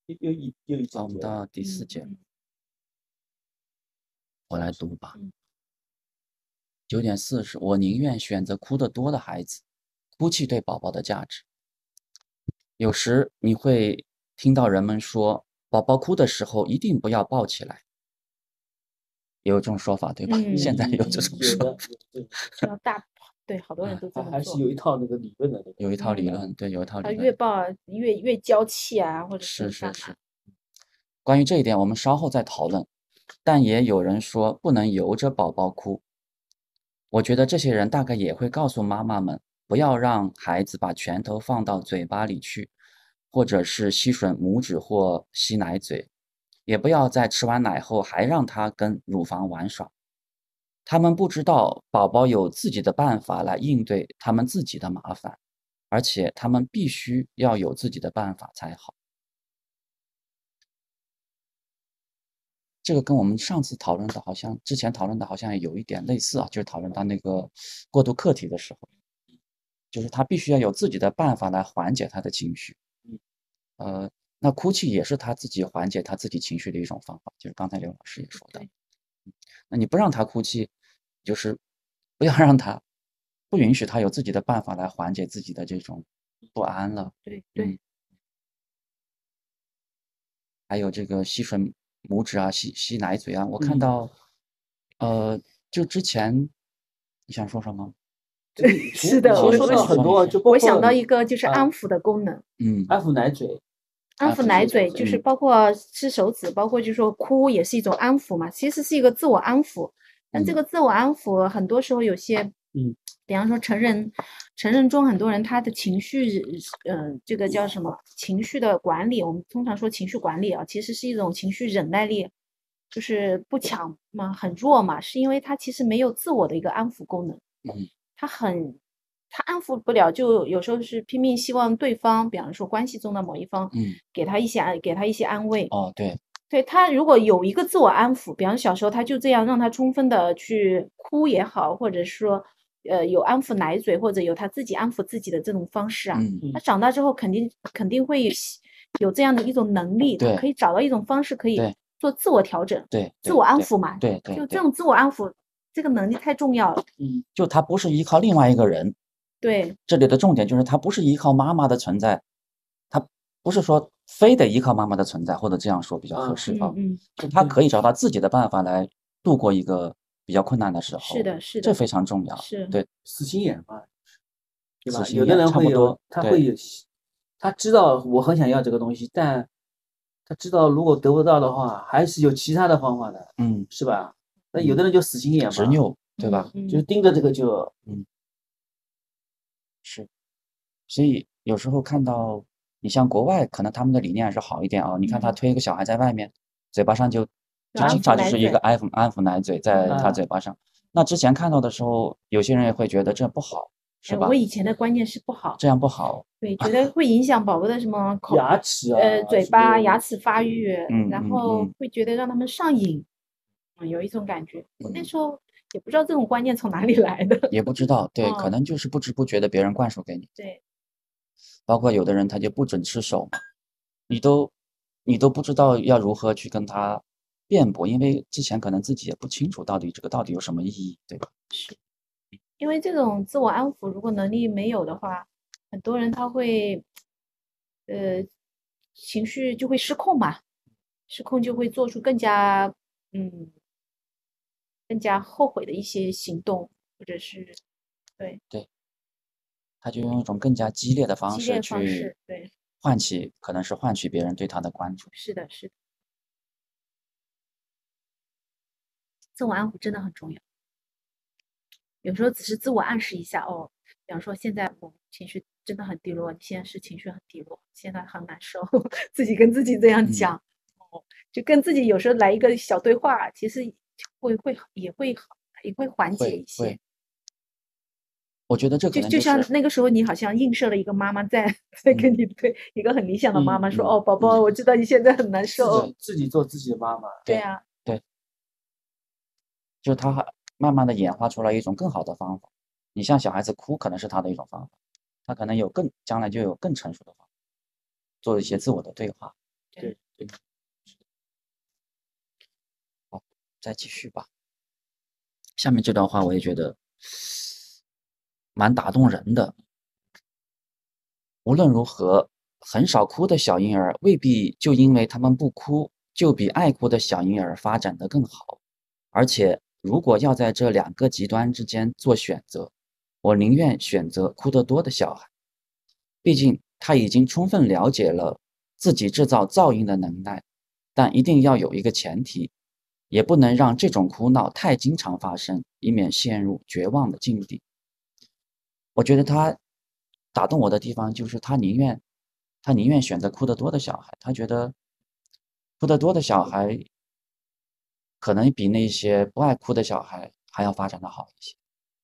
又一我们到第4节，我来读吧。9.40，我宁愿选择哭得多的孩子，哭泣对宝宝的价值。有时你会听到人们说，宝宝哭的时候一定不要抱起来，有这种说法，对吧？现在有这种说法， 要对，好多人都这么做。 还是有一套那个理论的， 有一套理论，对，有一套理他论。 越抱越娇气啊，或者是。 干嘛。 关于这一点，我们稍后再讨论。但也有人说不能由着宝宝哭。我觉得这些人大概也会告诉妈妈们，不要让孩子把拳头放到嘴巴里去，或者是吸吮拇指或吸奶嘴，也不要在吃完奶后还让他跟乳房玩耍。他们不知道宝宝有自己的办法来应对他们自己的麻烦，而且他们必须要有自己的办法才好。这个跟我们上次讨论的好像，之前讨论的好像有一点类似啊，就是讨论到那个过渡课题的时候，就是他必须要有自己的办法来缓解他的情绪。那哭泣也是他自己缓解他自己情绪的一种方法，就是刚才刘老师也说的。那你不让他哭泣，就是不要让他，不允许他有自己的办法来缓解自己的这种不安了。 对。 还有这个吸吮拇指啊，吸奶嘴啊，我看到，就之前你想说什么？ 是的， 说到很多，就我想到一个就是安抚的功能。 安抚奶嘴。 安抚奶嘴就是包括吃手指，包括就是说哭也是一种安抚嘛，其实是一个自我安抚。但这个自我安抚很多时候有些，比方说成人中很多人他的情绪，这个叫什么情绪的管理，我们通常说情绪管理啊，其实是一种情绪忍耐力，就是不强嘛，很弱嘛，是因为他其实没有自我的一个安抚功能。他安抚不了，就有时候是拼命希望对方，比方说关系中的某一方，给他一些安慰。对，他如果有一个自我安抚，比方小时候他就这样让他充分的去哭也好，或者说有安抚奶嘴，或者有他自己安抚自己的这种方式啊，他长大之后肯定会有这样的一种能力，他可以找到一种方式可以做自我调整，自我安抚嘛。 对， 就这种自我安抚，这个能力太重要了。 就他不是依靠另外一个人。 对， 这里的重点就是他不是依靠妈妈的存在，他不是说非得依靠妈妈的存在，或者这样说比较合适啊。他可以找到自己的办法来度过一个比较困难的时候。 是的， 这非常重要。对， 死心眼嘛，对吧？ 死心眼有的人会有，他知道我很想要这个东西，但他知道如果得不到的话，还是有其他的方法的，是吧？那有的人就死心眼嘛， 执拗，对吧？ 就盯着这个就， 是，所以有时候看到你像国外，可能他们的理念还是好一点啊。你看他推一个小孩在外面，嘴巴上就经常就是一个安抚奶嘴在他嘴巴上。那之前看到的时候，有些人也会觉得这不好，是吧？ 我以前的观念是不好， 这样不好。 对，觉得会影响宝宝的什么牙齿啊， 嘴巴牙齿发育，然后会觉得让他们上瘾，有一种感觉。我那时候也不知道这种观念从哪里来的， 也不知道，对，可能就是不知不觉的别人灌输给你。 对， 包括有的人他就不准吃手嘛，你都不知道要如何去跟他辩驳，因为之前可能自己也不清楚这个到底有什么意义，对吧？ 是，因为这种自我安抚如果能力没有的话，很多人他会，情绪就会失控嘛，失控就会做出更加后悔的一些行动，或者是对， 他就用一种更加激烈的方式去对可能是换取别人对他的关注。 是的，是的。自我安抚真的很重要，有时候只是自我暗示一下哦，比方说现在我情绪真的很低落，你现在是情绪很低落，现在很难受，自己跟自己这样讲，就跟自己有时候来一个小对话，其实也会缓解一些。 我觉得这可能就像那个时候，你好像映射了一个妈妈在跟你对一个很理想的妈妈说：“哦，宝宝，我知道你现在很难受。” 自己做自己的妈妈。 对呀， 对，就他慢慢的演化出来一种更好的方法。你像小孩子哭，可能是他的一种方法，他可能将来就有更成熟的方法，做一些自我的对话。 对。 好，再继续吧。下面这段话我也觉得蛮打动人的。无论如何，很少哭的小婴儿未必就因为他们不哭，就比爱哭的小婴儿发展得更好。而且，如果要在这两个极端之间做选择，我宁愿选择哭得多的小孩。毕竟他已经充分了解了自己制造噪音的能耐，但一定要有一个前提，也不能让这种哭闹太经常发生，以免陷入绝望的境地。我觉得他打动我的地方就是他宁愿选择哭得多的小孩，他觉得哭得多的小孩可能比那些不爱哭的小孩还要发展的好一些。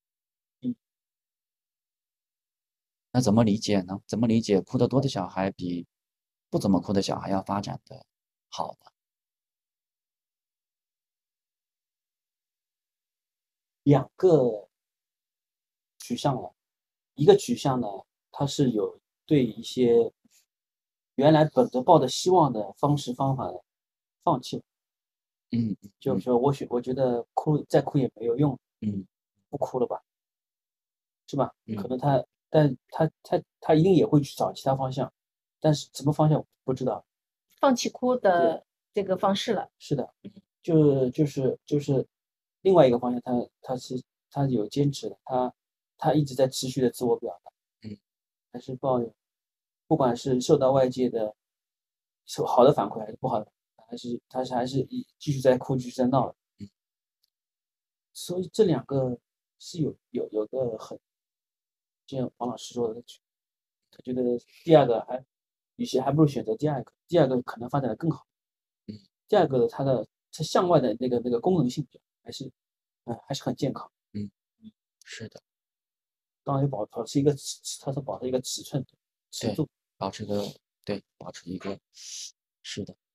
那怎么理解呢？怎么理解哭得多的小孩比不怎么哭的小孩要发展的好呢？ 两个取向了，一个取向呢，它是有对一些原来本着抱着希望的方式方法的放弃了。就是说我觉得再哭也没有用，不哭了吧，是吧？可能但他一定也会去找其他方向，但是什么方向不知道。 放弃哭的这个方式了。 是的，就是另外一个方向，他有坚持的，他一直在持续的自我表达，还是抱有，不管是受到外界的好的反馈还是不好的，还是继续在哭，继续在闹的。所以这两个是有个很，就像王老师说的，他觉得第二个与其还不如选择第二个，第二个可能发展的更好。第二个它向外的那个功能性还是很健康。 是的。 当然保持一个它是保持一个尺寸尺度， 保持一个，是的。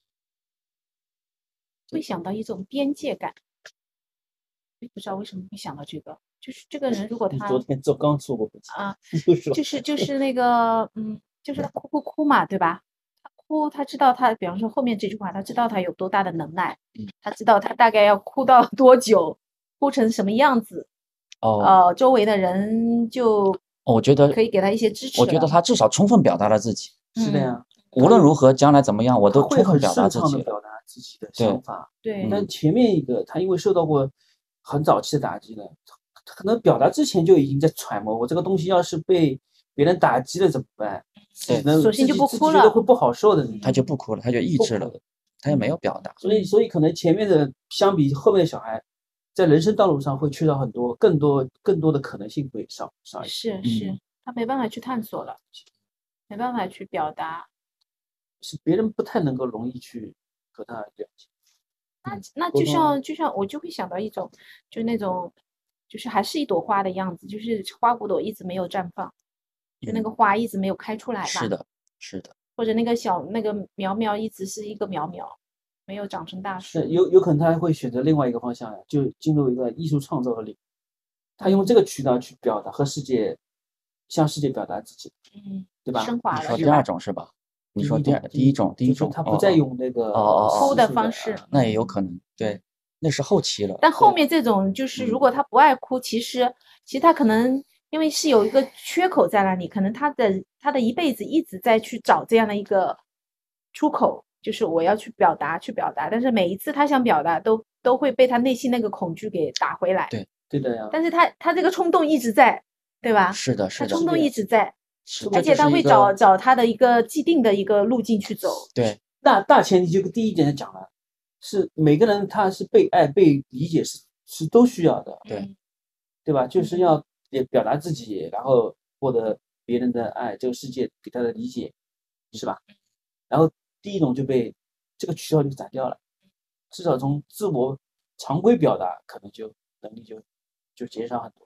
会想到一种边界感，不知道为什么会想到这个，就是这个人如果他昨天刚说过啊，就是那个就是他哭嘛，对吧？他哭，他知道他，比方说后面这句话，他知道他有多大的能耐，他知道他大概要哭到多久，哭成什么样子，周围的人就我觉得可以给他一些支持。 我觉得他至少充分表达了自己。 是的呀， 无论如何，将来怎么样，我都充分表达自己。 会很顺畅的表达自己的想法。 对。 但前面一个，他因为受到过很早期的打击了，他可能表达之前就已经在揣摩，我这个东西要是被别人打击了怎么办？ 索性就不哭了， 觉得会不好受的， 他就不哭了，他就抑制了，他也没有表达。 所以可能前面的相比后面的小孩，在人生道路上会缺少更多的可能性会少一些。 是，他没办法去探索了，没办法去表达， 是别人不太能够容易去和他了解。 那就像我就会想到一种，就那种，就是还是一朵花的样子，就是花骨朵一直没有绽放，就那个花一直没有开出来吧。 是的。 或者那个苗苗一直是一个苗苗，没有长成大树。 有可能他会选择另外一个方向呀，就进入一个艺术创造的领域，他用这个渠道去表达向世界表达自己，对吧？ 升华了。 你说第二种是吧？你说第一种， 他不再用那个哭的方式， 那也有可能，对，那是后期了。 但后面这种就是如果他不爱哭，其实他可能因为是有一个缺口在那里，可能他的一辈子一直在去找这样的一个出口，就是我要去表达，但是每一次他想表达都会被他内心那个恐惧给打回来。 对的呀。 但是他这个冲动一直在，对吧？ 是的。 他冲动一直在。 而且他会找他的一个既定的一个路径去走。 对， 大前提就第一点讲了，是每个人他是被爱被理解是都需要的，对吧？就是要也表达自己，然后获得别人的爱，这个世界给他的理解，是吧？然后第一种就被这个渠道就斩掉了，至少从自我常规表达可能能力就减少很多。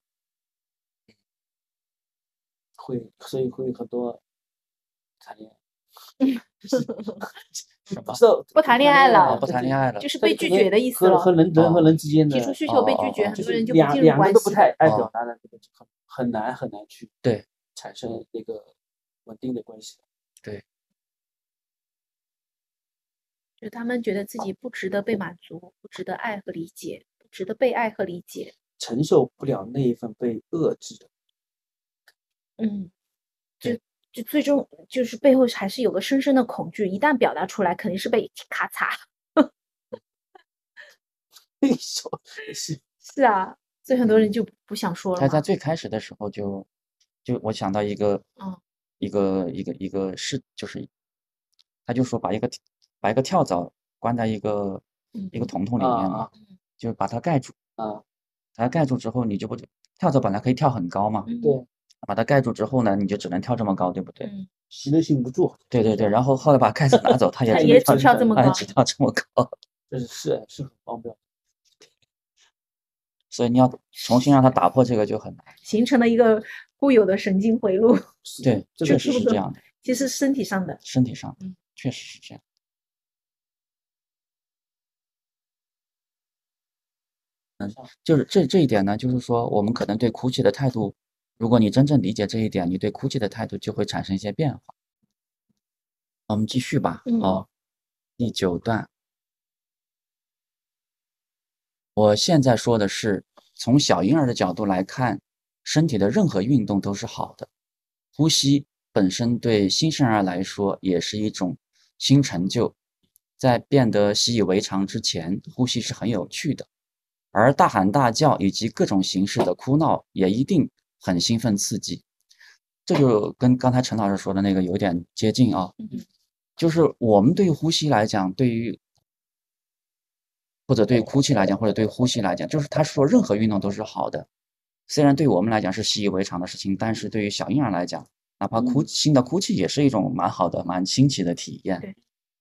所以会很多谈恋爱， 不谈恋爱了， 不谈恋爱了， 就是被拒绝的意思了。 和人之间的提出需求被拒绝，很多人就不进入两个都不太爱哦表达的，很难去产生那个稳定的关系。 对。 就他们觉得自己不值得被满足，不值得爱和理解，不值得被爱和理解， 承受不了那一份被遏制的。 就最终就是背后还是有个深深的恐惧，一旦表达出来，肯定是被咔嚓。是啊，所以很多人就不想说了。 他在最开始的时候就我想到一个事，就是他就说把一个跳蚤关在一个桶里面嘛，就把它盖住把它盖住之后，你就不跳蚤本来可以跳很高嘛， 对， 把它盖住之后呢，你就只能跳这么高，对不对？ 吸得醒不住。 对，然后后来把盖子拿走，它也只跳这么高， 只跳这么高。 是很方便。 所以你要重新让它打破这个就很难， 形成了一个固有的神经回路。 对，确实是这样的。 其实身体上的， 确实是这样。就是这一点呢，就是说我们可能对哭泣的态度，如果你真正理解这一点，你对哭泣的态度就会产生一些变化。我们继续吧。第9段。我现在说的是，从小婴儿的角度来看，身体的任何运动都是好的。呼吸本身对新生儿来说也是一种新成就，在变得习以为常之前，呼吸是很有趣的。而大喊大叫以及各种形式的哭闹也一定很兴奋刺激。这就跟刚才陈老师说的那个有点接近啊。就是我们对于呼吸来讲，或者对哭泣来讲，或者对呼吸来讲，就是他说任何运动都是好的。虽然对我们来讲是习以为常的事情，但是对于小婴儿来讲，哪怕新的哭泣也是一种蛮好的、蛮新奇的体验。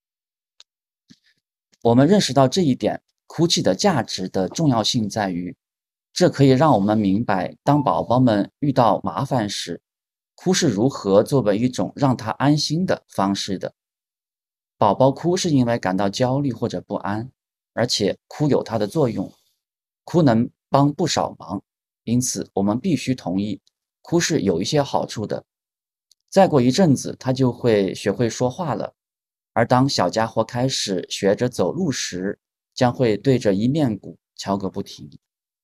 我们认识到这一点，哭泣的价值的重要性在于，这可以让我们明白，当宝宝们遇到麻烦时，哭是如何作为一种让他安心的方式的。宝宝哭是因为感到焦虑或者不安，而且哭有它的作用，哭能帮不少忙，因此我们必须同意，哭是有一些好处的。再过一阵子，他就会学会说话了，而当小家伙开始学着走路时，将会对着一面鼓敲个不停。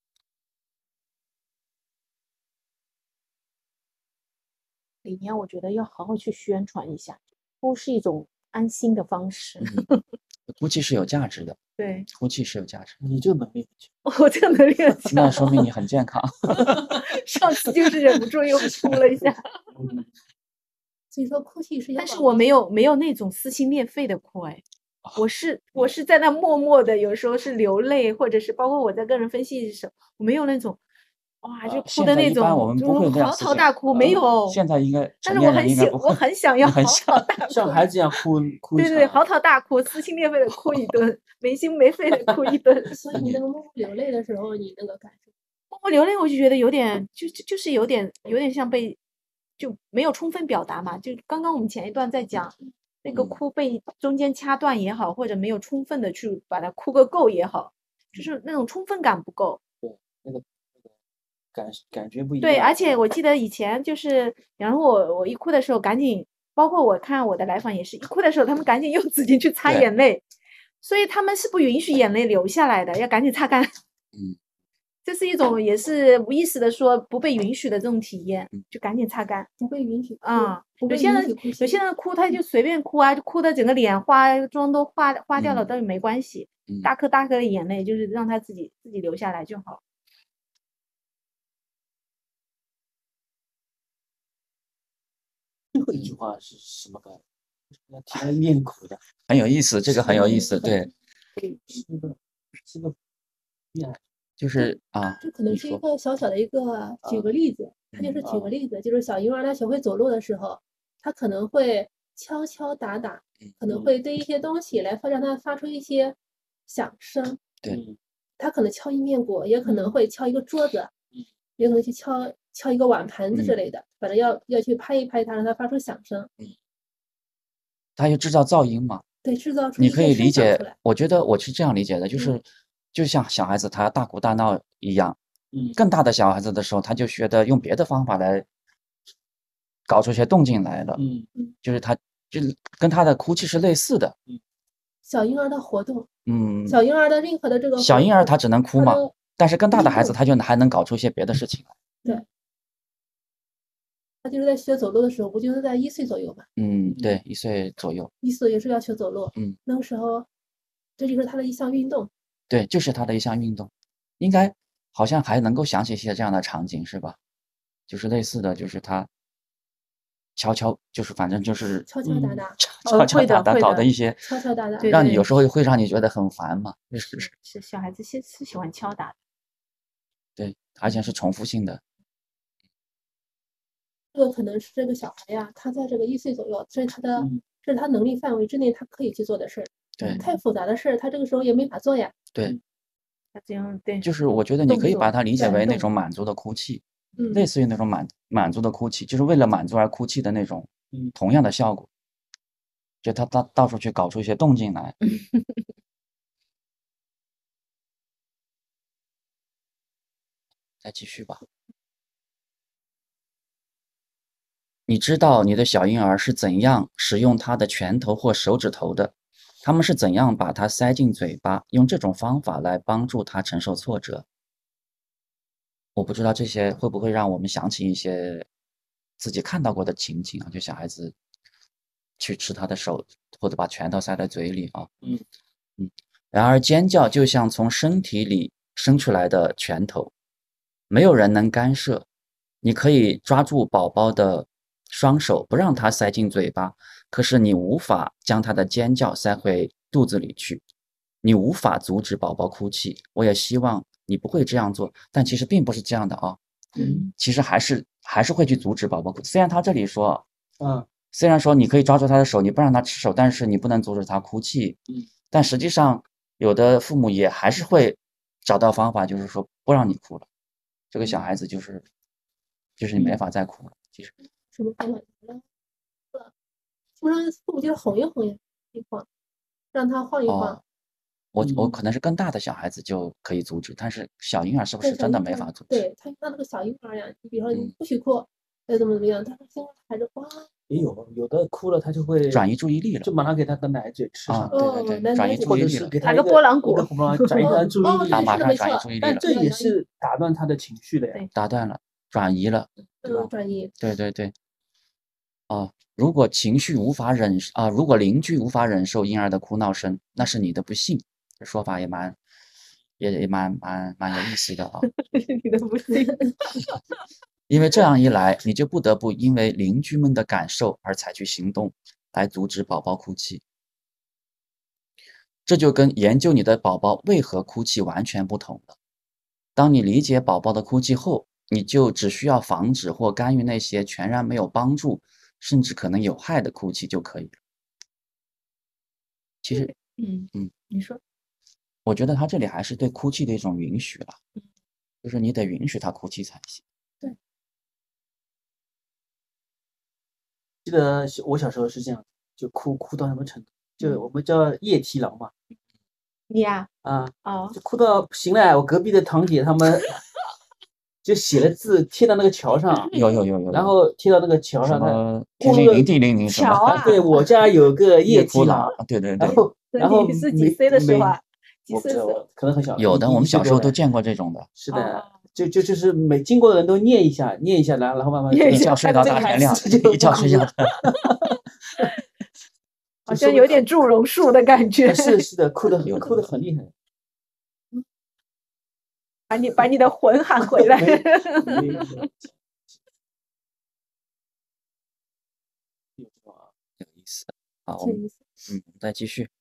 里面我觉得要好好去宣传一下，哭是一种安心的方式。 哭泣是有价值的。 对， 哭泣是有价值。 你这个能力很强。我这个能力很强。 那说明你很健康。 上次就是忍不住又哭了一下。 所以说哭泣是， 但是我没有那种撕心裂肺的哭。我是在那默默的，有时候是流泪，或者是包括我在跟人分析的时候，我没有那种哇就哭的那种，嚎啕大哭没有。 现在应该， 但是我很想要嚎啕大哭， 像孩子一样哭。 对，嚎啕大哭，撕心裂肺的哭一顿，没心没肺的哭一顿。 所以你那个默默流泪的时候，你那个感受？ 默默流泪，我就觉得有点，就是有点像被就没有充分表达嘛。就刚刚我们前一段在讲。那个哭被中间掐断也好，或者没有充分的去把它哭个够也好，就是那种充分感不够。 对，那个感觉不一样。 对，而且我记得以前就是，然后我一哭的时候，赶紧，包括我看我的来访也是，一哭的时候他们赶紧用纸巾去擦眼泪，所以他们是不允许眼泪流下来的，要赶紧擦干。这是一种也是无意识的说不被允许的这种体验，就赶紧擦干。 不被允许啊！有些人哭他就随便哭啊，就哭的整个脸妆都花掉了，但是没关系，大颗大颗的眼泪就是让他自己流下来就好。 最后一句话是什么感觉？要替他念苦的， 很有意思，这个很有意思，对。 是个就是啊， 这可能是一个小小的一个举个例子，他就是举个例子，就是小婴儿他学会走路的时候，他可能会敲敲打打，可能会对一些东西来让他发出一些响声。 对， 他可能敲一面鼓，也可能会敲一个桌子，也可能去敲一个碗盘子之类的，反正要去拍一拍它，让它发出响声。 他就制造噪音嘛。 对，制造出你可以理解，我觉得我是这样理解的，就像小孩子他大哭大闹一样，更大的小孩子的时候，他就学的用别的方法来搞出些动静来了，就是他就跟他的哭泣是类似的。 小婴儿的活动， 嗯， 小婴儿的任何的这个小婴儿他只能哭嘛，但是更大的孩子他就还能搞出一些别的事情来。 对，他就是在学走路的时候，不就是在1岁左右嘛？ 对，1岁左右。 1岁也是要学走路。那个时候，这就是他的一项运动。 对，就是他的一项运动，应该好像还能够想起一些这样的场景，是吧？就是类似的，就是他悄悄，就是反正就是敲敲打打， 敲敲打打搞的一些， 敲敲打打， 让你有时候会让你觉得很烦嘛。 是小孩子是喜欢敲打的。 对，而且是重复性的。 这个可能是这个小孩呀，他在这个1岁左右，这是他能力范围之内他可以去做的事儿。 对， 太复杂的事儿，他这个时候也没法做呀。 对， 他这样对， 就是我觉得你可以把它理解为那种满足的哭泣，类似于那种满足的哭泣，就是为了满足而哭泣的那种，同样的效果。就他到处去搞出一些动静来。再继续吧。你知道你的小婴儿是怎样使用他的拳头或手指头的？他们是怎样把它塞进嘴巴，用这种方法来帮助他承受挫折？我不知道这些会不会让我们想起一些自己看到过的情景啊，就小孩子去吃他的手，或者把拳头塞在嘴里啊。然而尖叫就像从身体里伸出来的拳头，没有人能干涉。你可以抓住宝宝的双手，不让他塞进嘴巴，可是你无法将他的尖叫塞回肚子里去，你无法阻止宝宝哭泣。我也希望你不会这样做，但其实并不是这样的啊。其实还是会去阻止宝宝哭。虽然他这里说，虽然说你可以抓住他的手，你不让他吃手，但是你不能阻止他哭泣。但实际上，有的父母也还是会找到方法，就是说不让你哭了。这个小孩子就是你没法再哭了。其实什么方法？基本上父母就是哄一哄呀，一晃，让他晃一晃。 我可能是更大的小孩子就可以阻止，但是小婴儿是不是真的没法阻止？ 对，他那个小婴儿呀，你比如说你不许哭，怎么样，他现在孩子哇。 也有的哭了，他就会转移注意力了， 就马上给他的奶嘴吃上。 对，转移注意力了， 给他一个波浪鼓， 转移他注意力， 马上转移注意力了。 但这也是打断他的情绪的呀， 打断了，转移了， 转移。 对。如果如果邻居无法忍受婴儿的哭闹声，那是你的不幸。这说法也蛮有意思的啊。 你的不幸。 因为这样一来，你就不得不因为邻居们的感受而采取行动，来阻止宝宝哭泣。这就跟研究你的宝宝为何哭泣完全不同了。当你理解宝宝的哭泣后，你就只需要防止或干预那些全然没有帮助，甚至可能有害的哭泣就可以了。其实， 你说， 我觉得他这里还是对哭泣的一种允许了，就是你得允许他哭泣才行。 对。 记得我小时候是这样，就哭到什么程度？就我们叫夜啼郎嘛。 你呀？ 就哭到不行了。我隔壁的堂姐他们就写了字贴到那个桥上， 有， 然后贴到那个桥上， 天灵灵地灵灵什么？ 桥啊！ 对，我家有个夜啼郎， 对。 然后你是几岁的时候啊？几岁的时候？ 可能很小。 有的，我们小时候都见过这种的。 是的，就是每经过的人都念一下，然后慢慢一觉睡到大天亮，一觉睡觉。 好像有点祝融术的感觉。 是的，哭得很厉害。 把你的魂喊回来。 有意思。好，我们再继续。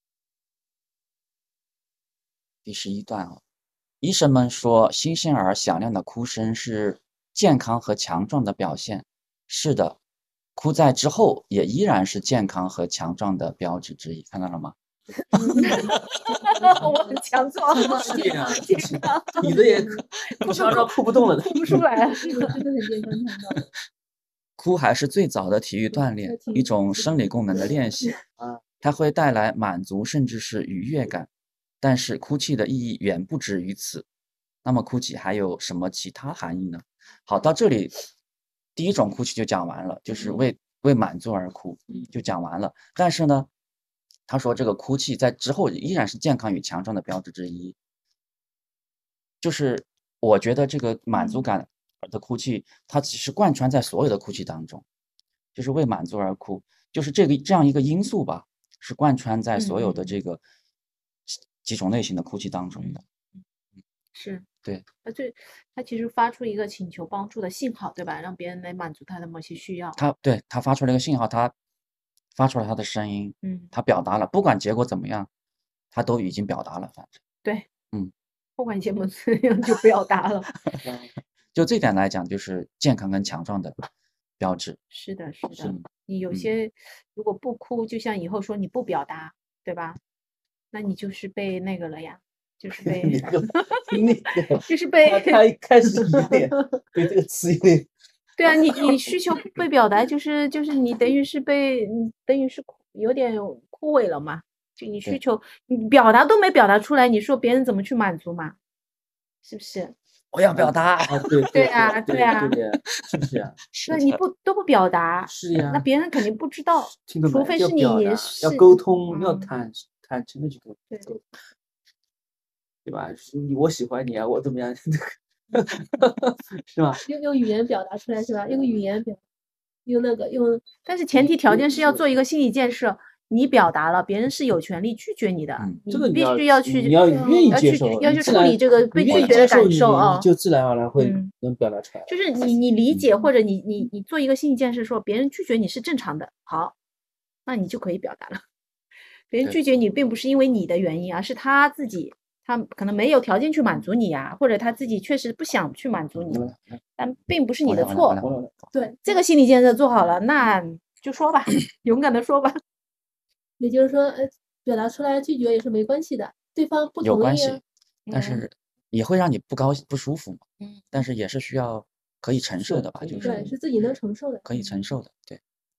第11段啊，医生们说新生儿响亮的哭声是健康和强壮的表现。是的，哭在之后也依然是健康和强壮的标志之一，看到了吗？ 我很强壮， 健康。你的也不强壮，哭不动了， 哭不出来。 真的很健康强壮。 哭还是最早的体育锻炼，一种生理功能的练习。它会带来满足甚至是愉悦感。但是哭泣的意义远不止于此。那么哭泣还有什么其他含义呢？好，到这里第一种哭泣就讲完了，就是为满足而哭，就讲完了。但是呢， 他说这个哭泣在之后依然是健康与强壮的标志之一。就是我觉得这个满足感的哭泣，它其实贯穿在所有的哭泣当中，就是为满足而哭，就是这样一个因素吧，是贯穿在所有的这个几种类型的哭泣当中的。 是， 对， 他其实发出一个请求帮助的信号，对吧？让别人来满足他的某些需要。 他发出了一个信号，他发出了他的声音，他表达了，不管结果怎么样，他都已经表达了，反正对，不管结果怎么样就表达了。 就这点来讲，就是健康跟强壮的标志。 是的，是的。你有些如果不哭，就像以后说你不表达，对吧？那你就是被那个了呀。就是被就是被他一开始有点被这个词有点对啊，你需求被表达，就是你等于是有点枯萎了嘛。就你需求你表达都没表达出来，你说别人怎么去满足嘛？是不是？ 我要表达啊，对啊， 是不是呀？ 那你都不表达， 是呀， 那别人肯定不知道， 除非是你要沟通，要坦诚的去沟通。对吧？我喜欢你啊，我怎么样？是吧？ 用语言表达出来是吧？用语言用， 但是前提条件是要做一个心理建设。你表达了，别人是有权利拒绝你的， 这个必须要去， 你要愿意接受， 要去处理这个被拒绝的感受啊， 就自然而然会能表达出来。 就是你理解或者你做一个心理建设，说别人拒绝你是正常的，好，那你就可以表达了。别人拒绝你并不是因为你的原因，而是他自己。他可能没有条件去满足你呀，或者他自己确实不想去满足你，但并不是你的错。 对， 这个心理建设做好了，那就说吧，勇敢的说吧。 也就是说，表达出来拒绝也是没关系的，对方不同意有关系，但是也会让你不舒服嘛。但是也是需要可以承受的吧，就是对，是自己能承受的， 可以承受的，对。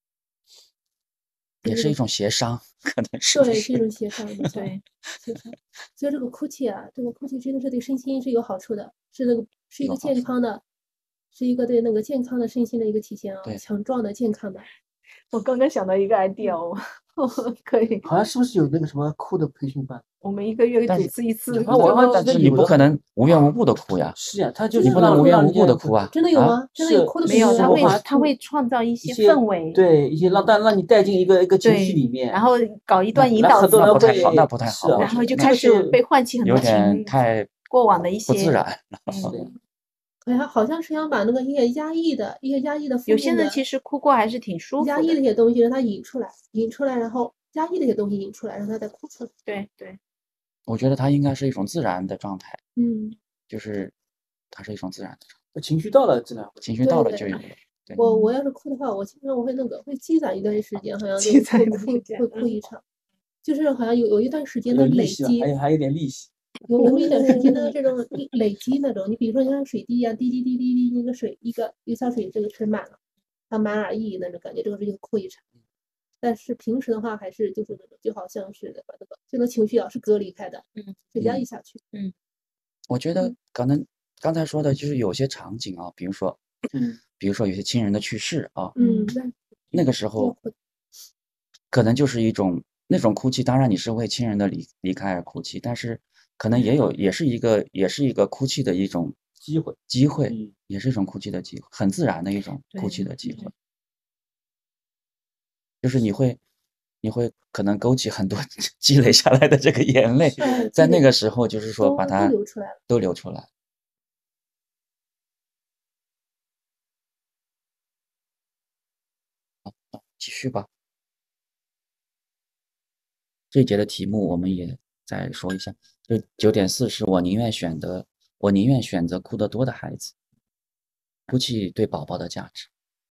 也是一种协商，可能是。 对，是一种协商，对，协商。所以这个哭泣啊，这个哭泣真的是对身心是有好处的，是一个健康的，是一个对那个健康的身心的一个体现啊，强壮的、健康的。 我刚刚想到一个 idea，可以。 好像是不是有那个什么哭的培训班？ 我们1个月组织一次。 但是你不可能无缘无故的哭呀。 是呀，他就是你不能无缘无故的哭啊。 真的有吗？真的有哭的？ 没有，他会创造一些氛围， 对，一些让你带进一个情绪里面， 然后搞一段引导词， 那不太好， 然后就开始被唤起很多过往的一些不自然。 好像是想把那个一些压抑的、 有些人其实哭过还是挺舒服的， 压抑的一些东西让他引出来，然后压抑的一些东西引出来，让他再哭出来。 对。 我觉得它应该是一种自然的状态，就是它是一种自然的状态。 情绪到了自然， 情绪到了就有了。 我要是哭的话，我经常会会积攒一段时间，好像会哭一场，就是好像有一段时间的累积， 还有点利息。 有一段时间的这种累积那种，你比如说像水滴呀，滴滴滴滴滴，那个水一个小水这个盛满了，它满而溢那种感觉，这个是就哭一场。但是平时的话，还是就是那种，就好像是把这个情绪是隔离开的，是压抑下去。 我觉得可能刚才说的就是有些场景啊，比如说有些亲人的去世啊，那个时候可能就是一种那种哭泣，当然你是为亲人的离开而哭泣，但是可能也是一个哭泣的一种机会，也是一种哭泣的机会，很自然的一种哭泣的机会。就是你会可能勾起很多积累下来的这个眼泪，在那个时候就是说把它都流出来。继续吧。这一节的题目我们也再说一下，就9.4是我宁愿选择哭得多的孩子，哭泣对宝宝的价值。